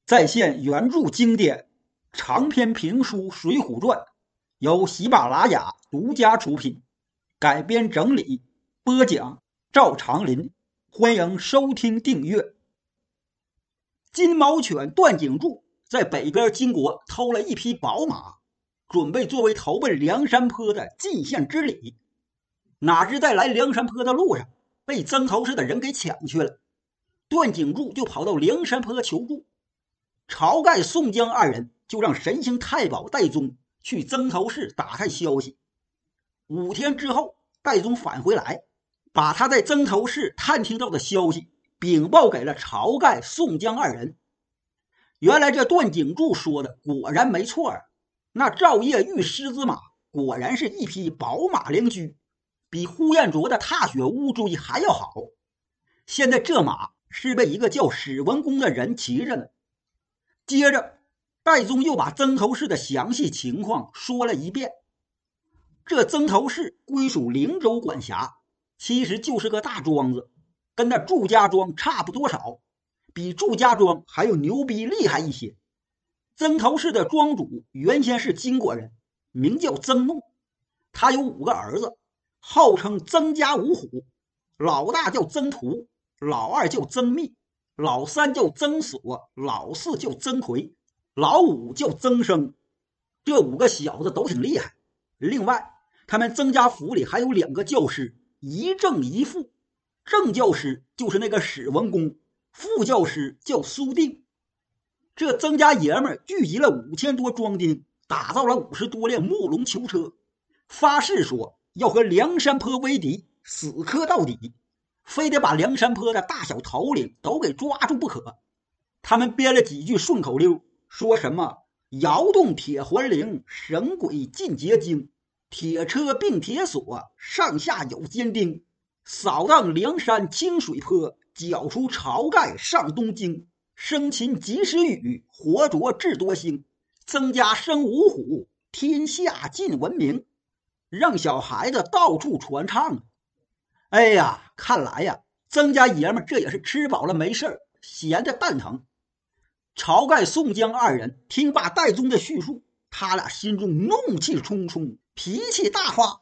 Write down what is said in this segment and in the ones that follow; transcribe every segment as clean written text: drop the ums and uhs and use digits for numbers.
再现原著经典长篇评书《水浒传》，由喜马拉雅独家出品，改编整理播讲赵长林，欢迎收听订阅。金毛犬段景柱在北边经国偷了一匹宝马，准备作为投奔梁山坡的进献之礼，哪知在来梁山坡的路上被曾头市的人给抢去了。段景柱就跑到梁山坡求助，晁盖、宋江二人就让神行太保戴宗去曾头市打探消息。5天之后，戴宗返回来，把他在曾头市探听到的消息禀报给了晁盖、宋江二人。原来这段景柱说的果然没错啊，那赵夜玉狮子马果然是一匹宝马良驹，比呼延灼的踏雪乌骓还要好。现在这马是被一个叫史文恭的人骑着呢。接着戴宗又把曾头市的详细情况说了一遍。这曾头市归属灵州管辖，其实就是个大庄子，跟那祝家庄差不多少，比祝家庄还有牛逼厉害一些。曾头市的庄主原先是金国人，名叫曾怒，他有5个儿子，号称曾家五虎，老大叫曾图，老二叫曾密，老三叫曾锁，老四叫曾奎，老5叫曾生。这5个小子都挺厉害。另外他们曾家府里还有2个教师，一正一副。正教师就是那个史文恭，副教师叫苏定。这曾家爷们聚集了5000多庄丁，打造了50多辆木龙囚车，发誓说要和梁山坡为敌，死磕到底，非得把梁山坡的大小头领都给抓住不可。他们编了几句顺口溜，说什么摇动铁环铃，绳轨进结晶，铁车并铁锁，上下有尖钉，扫荡梁山清水坡，剿除晁盖上东京，生擒及时雨，活捉智多星，曾家生五虎，天下尽闻名，让小孩子到处传唱。哎呀，看来呀，曾家爷们这也是吃饱了没事闲得蛋疼。晁盖、宋江二人听罢戴宗的叙述，他俩心中怒气冲冲，脾气大发。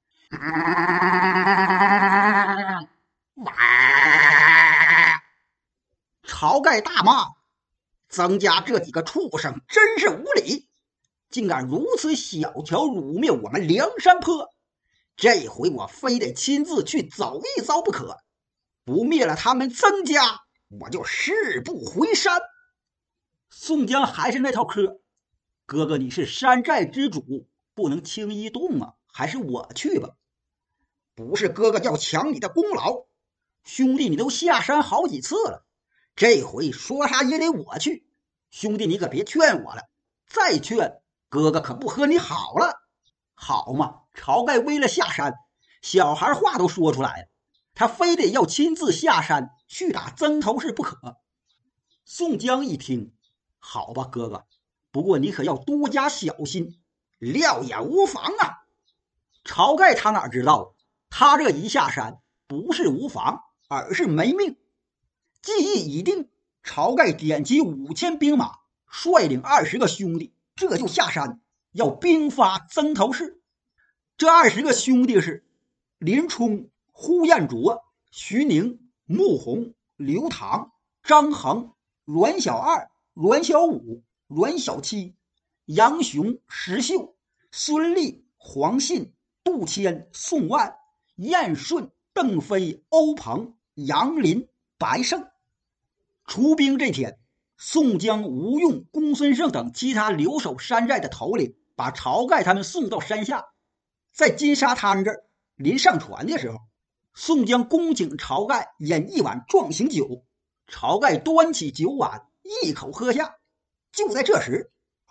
晁盖大骂：曾家这几个畜生真是无礼，竟敢如此小瞧辱灭我们梁山坡，这回我非得亲自去走一遭不可，不灭了他们曾家，我就誓不回山。宋江还是那套嗑，哥哥你是山寨之主，不能轻易动啊，还是我去吧。不是哥哥要抢你的功劳，兄弟你都下山好几次了，这回说啥也得我去，兄弟你可别劝我了，再劝哥哥可不和你好了。好嘛，晁盖为了下山，小孩话都说出来了，他非得要亲自下山去打曾头市不可。宋江一听，好吧哥哥，不过你可要多加小心，料也无妨啊。晁盖他哪知道，他这一下山不是无妨，而是没命。计议已定，晁盖点齐5000兵马，率领20个兄弟，这就下山要兵发曾头市。这20个兄弟是林冲、呼延灼、徐宁、穆弘、刘唐、张衡、阮小二、阮小五、阮小七、杨雄、石秀、孙立、黄信、杜迁、宋万、燕顺、邓飞、欧鹏、杨林、白胜。出兵这天，宋江、吴用、公孙胜等其他留守山寨的头领把晁盖他们送到山下。在金沙滩这儿临上船的时候，宋江恭请晁盖饮一碗壮行酒，晁盖端起酒碗一口喝下。就在这时，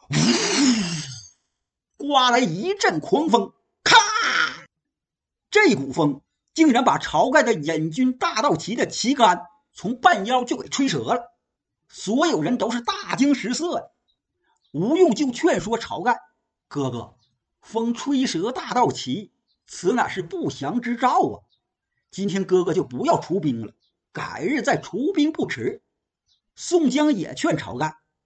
刮来一阵狂风，咔！这股风竟然把晁盖的引军大道旗的旗杆从半腰就给吹折了，所有人都是大惊失色的。吴用就劝说晁盖：哥哥，风吹折大道旗，此乃是不祥之兆啊！今天哥哥就不要出兵了，改日再出兵不迟。宋江也劝晁盖：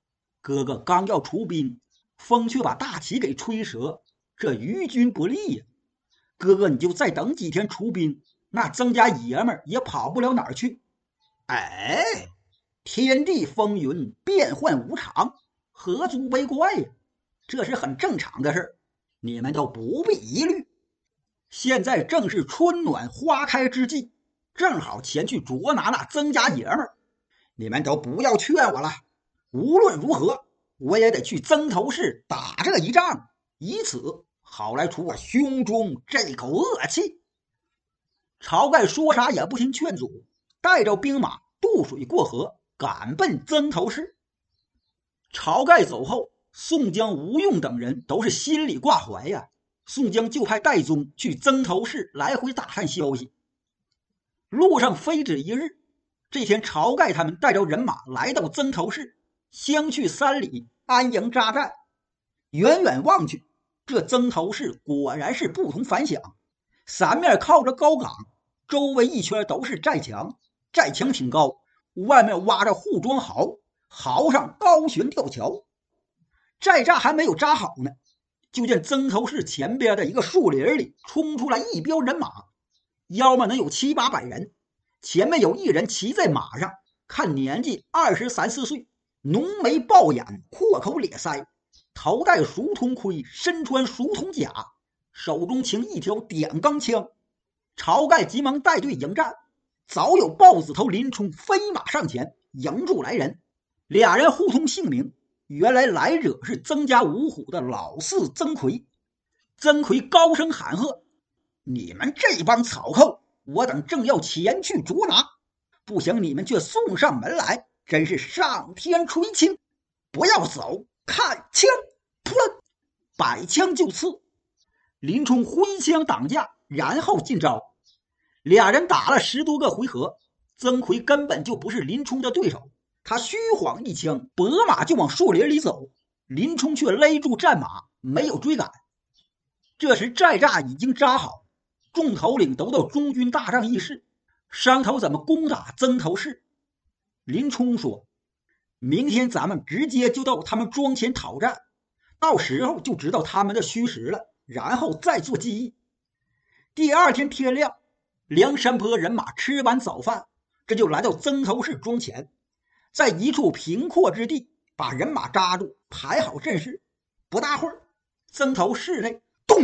哥哥刚要出兵，风却把大旗给吹折，这于军不利呀。哥哥你就再等几天出兵，那曾家爷们儿也跑不了哪儿去。哎，天地风云，变幻无常，何足为怪呀？这是很正常的事，你们都不必疑虑。现在正是春暖花开之际，正好前去捉拿那曾家爷们儿。你们都不要劝我了，无论如何，我也得去曾头市打这一仗，以此好来除我胸中这口恶气。晁盖说啥也不听劝阻，带着兵马渡水过河，赶奔曾头市。晁盖走后，宋江、吴用等人都是心里挂怀呀。宋江就派戴宗去曾头市来回打探消息。路上非止一日，这天晁盖他们带着人马来到曾头市，相去3里，安营扎寨。远远望去，这曾头市果然是不同凡响，三面靠着高岗，周围一圈都是寨墙，寨墙挺高，外面挖着护庄壕，壕上高悬吊桥。寨栅还没有扎好呢，就见曾头市前边的一个树林里冲出来一彪人马，腰嘛能有7、800人，前面有一人骑在马上，看年纪23、24岁，浓眉暴眼，阔口咧腮，头戴熟铜盔，身穿熟铜甲，手中擎一条点钢枪。晁盖急忙带队迎战，早有豹子头林冲飞马上前迎住来人，俩人互通姓名。原来来者是曾家五虎的老四曾奎。曾奎高声喊喝：你们这帮草寇，我等正要前去捉拿，不想你们却送上门来，真是上天垂青！不要走，看枪！噗了，摆枪就刺。林冲挥枪挡架，然后进招。俩人打了10多个回合，曾奎根本就不是林冲的对手，他虚晃一枪，拨马就往树林里走。林冲却勒住战马，没有追赶。这时寨栅已经扎好，众头领都到中军大帐议事，商讨怎么攻打曾头市。林冲说：明天咱们直接就到他们庄前讨战，到时候就知道他们的虚实了，然后再做记忆。第二天天亮，梁山泊人马吃完早饭，这就来到曾头市庄前，在一处平阔之地把人马扎住，排好阵势。不大会儿，曾头市内咚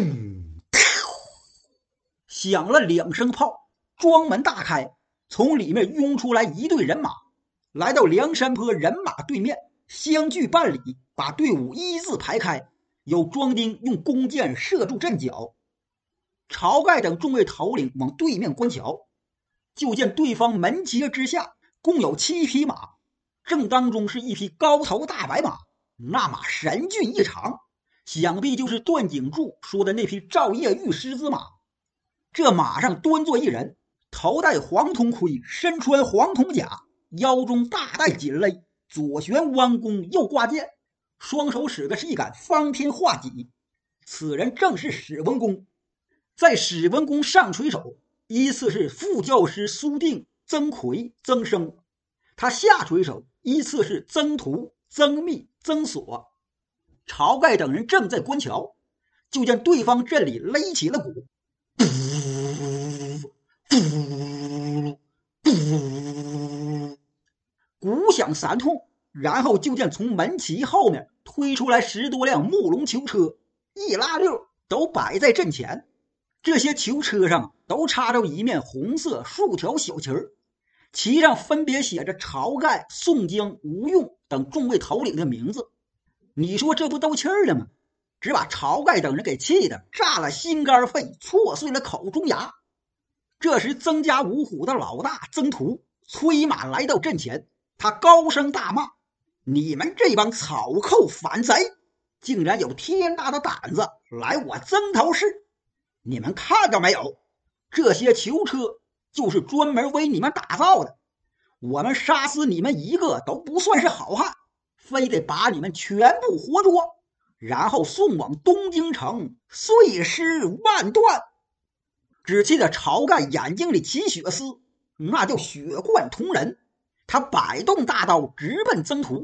响了2声炮，庄门大开，从里面拥出来一队人马，来到梁山泊人马对面，相距半里，把队伍一字排开，有庄丁用弓箭射住阵脚。晁盖等众位头领往对面观瞧，就见对方门阶之下共有7匹马，正当中是一匹高头大白马，那马神骏异常，想必就是段景柱说的那匹赵夜玉狮子马。这马上端坐一人，头戴黄铜盔，身穿黄铜甲，腰中大带锦勒，左旋弯弓，右挂剑，双手使的是一杆方天画戟。此人正是史文恭。在史文恭上垂手，依次是副教师苏定、曾奎、曾生；他下垂手，依次是曾图、曾密、曾锁。晁盖等人正在观瞧，就见对方阵里勒起了鼓，鼓响3通，然后就见从门旗后面推出来10多辆木龙囚车，一拉溜都摆在阵前。这些囚车上都插着一面红色竖条小旗儿，旗上分别写着晁盖、宋江、吴用等众位头领的名字。你说这不斗气儿了吗？只把晁盖等人给气得炸了心肝肺，挫碎了口中牙。这时曾家五虎的老大曾图催马来到阵前，他高声大骂：你们这帮草寇反贼，竟然有天大的胆子来我曾头市！你们看到没有，这些囚车就是专门为你们打造的，我们杀死你们一个都不算是好汉，非得把你们全部活捉，然后送往东京城，碎尸万段。只记得晁盖眼睛里起血丝，那叫血贯瞳人。他摆动大刀直奔曾图，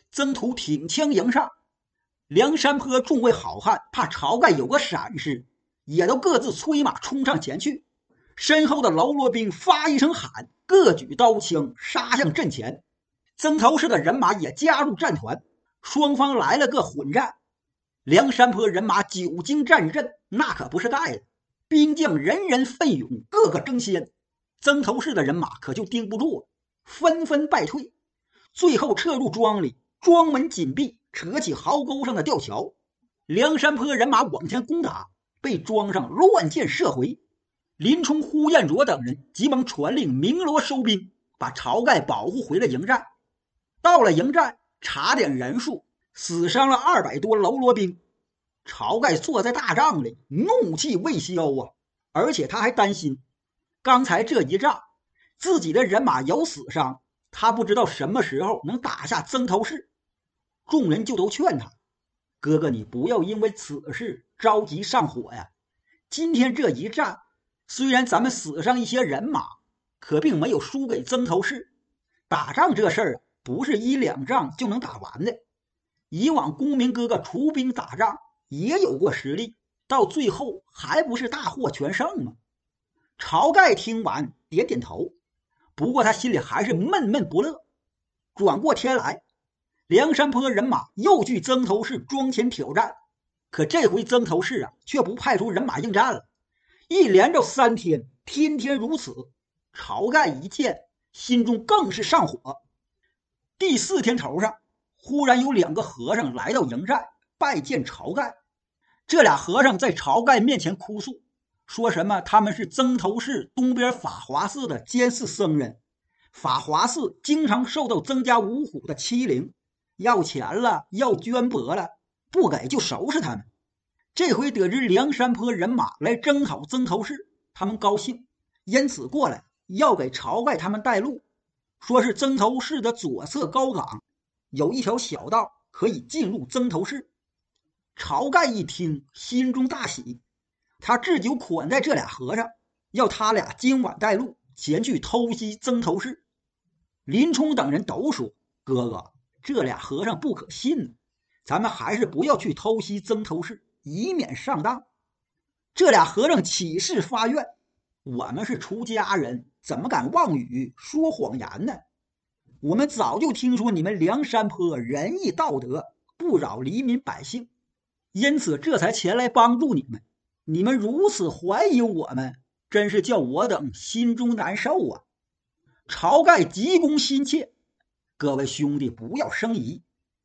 曾涂挺枪迎上。梁山坡众位好汉怕晁盖有个闪失，也都各自催马冲上前去。身后的喽啰兵发一声喊，各举刀枪杀向阵前。曾头市的人马也加入战团，双方来了个混战。梁山坡人马久经战阵，那可不是盖的，兵将人人奋勇，个个争先。曾头市的人马可就盯不住了，纷纷败退，最后撤入庄里，庄门紧闭，扯起壕沟上的吊桥。梁山坡人马往前攻打，被庄上乱箭射回。林冲、呼延灼等人急忙传令鸣锣收兵，把晁盖保护回了营寨。到了营寨，查点人数，死伤了200多喽啰兵。晁盖坐在大帐里，怒气未消啊！而且他还担心，刚才这一仗，自己的人马有死伤，他不知道什么时候能打下曾头市。众人就都劝他：“哥哥，你不要因为此事着急上火呀！今天这一战，虽然咱们死伤一些人马，可并没有输给曾头市。打仗这事儿不是1、2仗就能打完的。以往公明哥哥出兵打仗也有过实力，到最后还不是大获全胜吗？”晁盖听完点点头，不过他心里还是闷闷不乐。转过天来，梁山坡人马又去曾头市庄前挑战，可这回曾头市却不派出人马应战了。一连着3天，天天如此。晁盖一见，心中更是上火。第4天头上，忽然有2个和尚来到营寨拜见晁盖。这俩和尚在晁盖面前哭诉，说什么他们是曾头市东边法华寺的监寺僧人，法华寺经常受到曾家五虎的欺凌，要钱了，要绢帛了，不给就收拾他们。这回得知梁山坡人马来征讨曾头市，他们高兴，因此过来要给晁盖他们带路，说是曾头市的左侧高岗有一条小道可以进入曾头市。晁盖一听，心中大喜，他置酒款待这俩和尚，要他俩今晚带路前去偷袭曾头市。林冲等人都说：“哥哥，这俩和尚不可信，咱们还是不要去偷袭曾头市，以免上当。”这俩和尚起誓发愿：“我们是出家人，怎么敢妄语说谎言呢？我们早就听说你们梁山坡仁义道德，不扰黎民百姓，因此这才前来帮助你们。你们如此怀疑我们，真是叫我等心中难受啊！”晁盖急躬心切：“各位兄弟不要生疑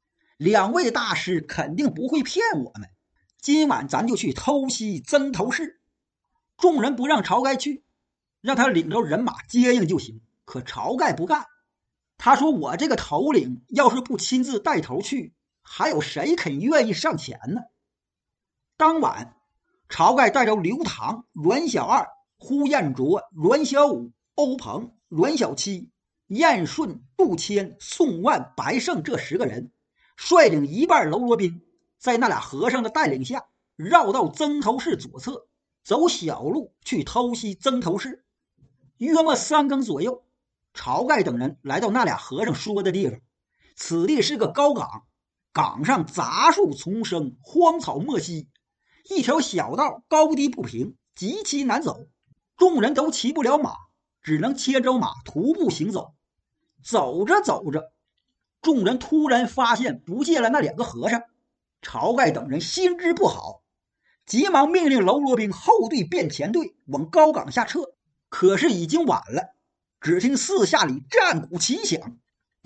，2位大师肯定不会骗我们，今晚咱就去偷袭曾头市。”众人不让晁盖去，让他领着人马接应就行。可晁盖不干，他说：“我这个头领要是不亲自带头去，还有谁肯愿意上前呢？”当晚，晁盖带着刘唐、阮小二、呼延灼、阮小五、欧鹏、阮小七、燕顺、杜迁、宋万、白胜这10个人，率领一半喽啰兵，在那俩和尚的带领下，绕到曾头市左侧，走小路去偷袭曾头市。约莫3更左右，晁盖等人来到那俩和尚说的地方。此地是个高岗，岗上杂树丛生，荒草没息，一条小道高低不平，极其难走，众人都骑不了马，只能牵着马徒步行走。走着走着，众人突然发现不见了那2个和尚。晁盖等人心知不好，急忙命令喽啰兵后队变前队，往高岗下撤。可是已经晚了，只听四下里战鼓齐响，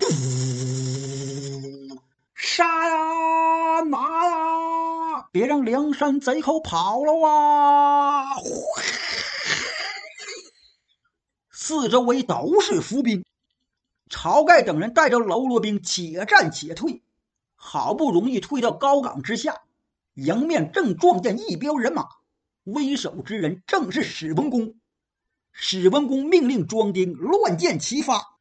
杀呀，拿呀，别让梁山贼寇跑了啊！四周围都是伏兵。晁盖等人带着喽啰兵且战且退，好不容易退到高岗之下，迎面正撞见一彪人马，为首之人正是史文恭。史文恭命令庄丁乱箭齐发，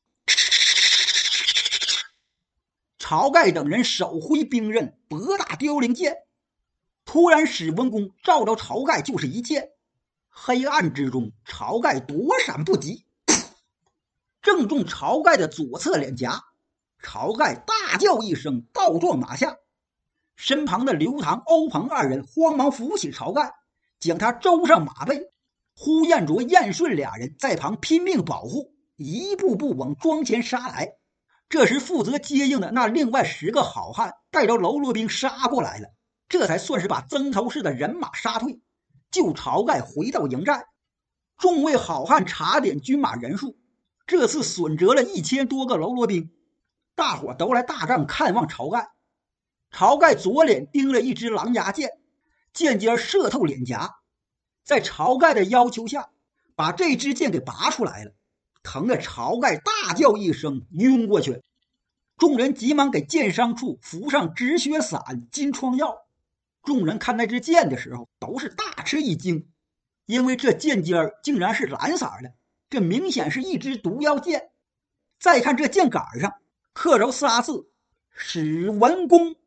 晁盖等人手挥兵刃，拨打凋零箭。突然史文恭照着晁盖就是一箭，黑暗之中晁盖躲闪不及，正中晁盖的左侧脸颊。 晁盖大叫一声，倒撞马下。身旁的刘唐、欧鹏二人慌忙扶起晁盖，将他周上马背。呼延灼、燕顺俩人在旁拼命保护，一步步往庄前杀来。这时负责接应的那另外10个好汉带着喽啰兵杀过来了，这才算是把曾头市的人马杀退，救晁盖回到营寨。众位好汉查点军马人数，这次损折了1000多个喽啰兵。大伙都来大帐看望晁盖。晁盖左脸钉了一支狼牙箭，箭尖射透脸颊，在晁盖的要求下，把这支箭给拔出来了，疼得晁盖大叫一声，晕过去。众人急忙给箭伤处敷上止血散、金疮药。众人看那支箭的时候，都是大吃一惊，因为这箭尖竟然是蓝色的，这明显是一支毒药箭。再看这箭杆上刻着仨字：史文恭。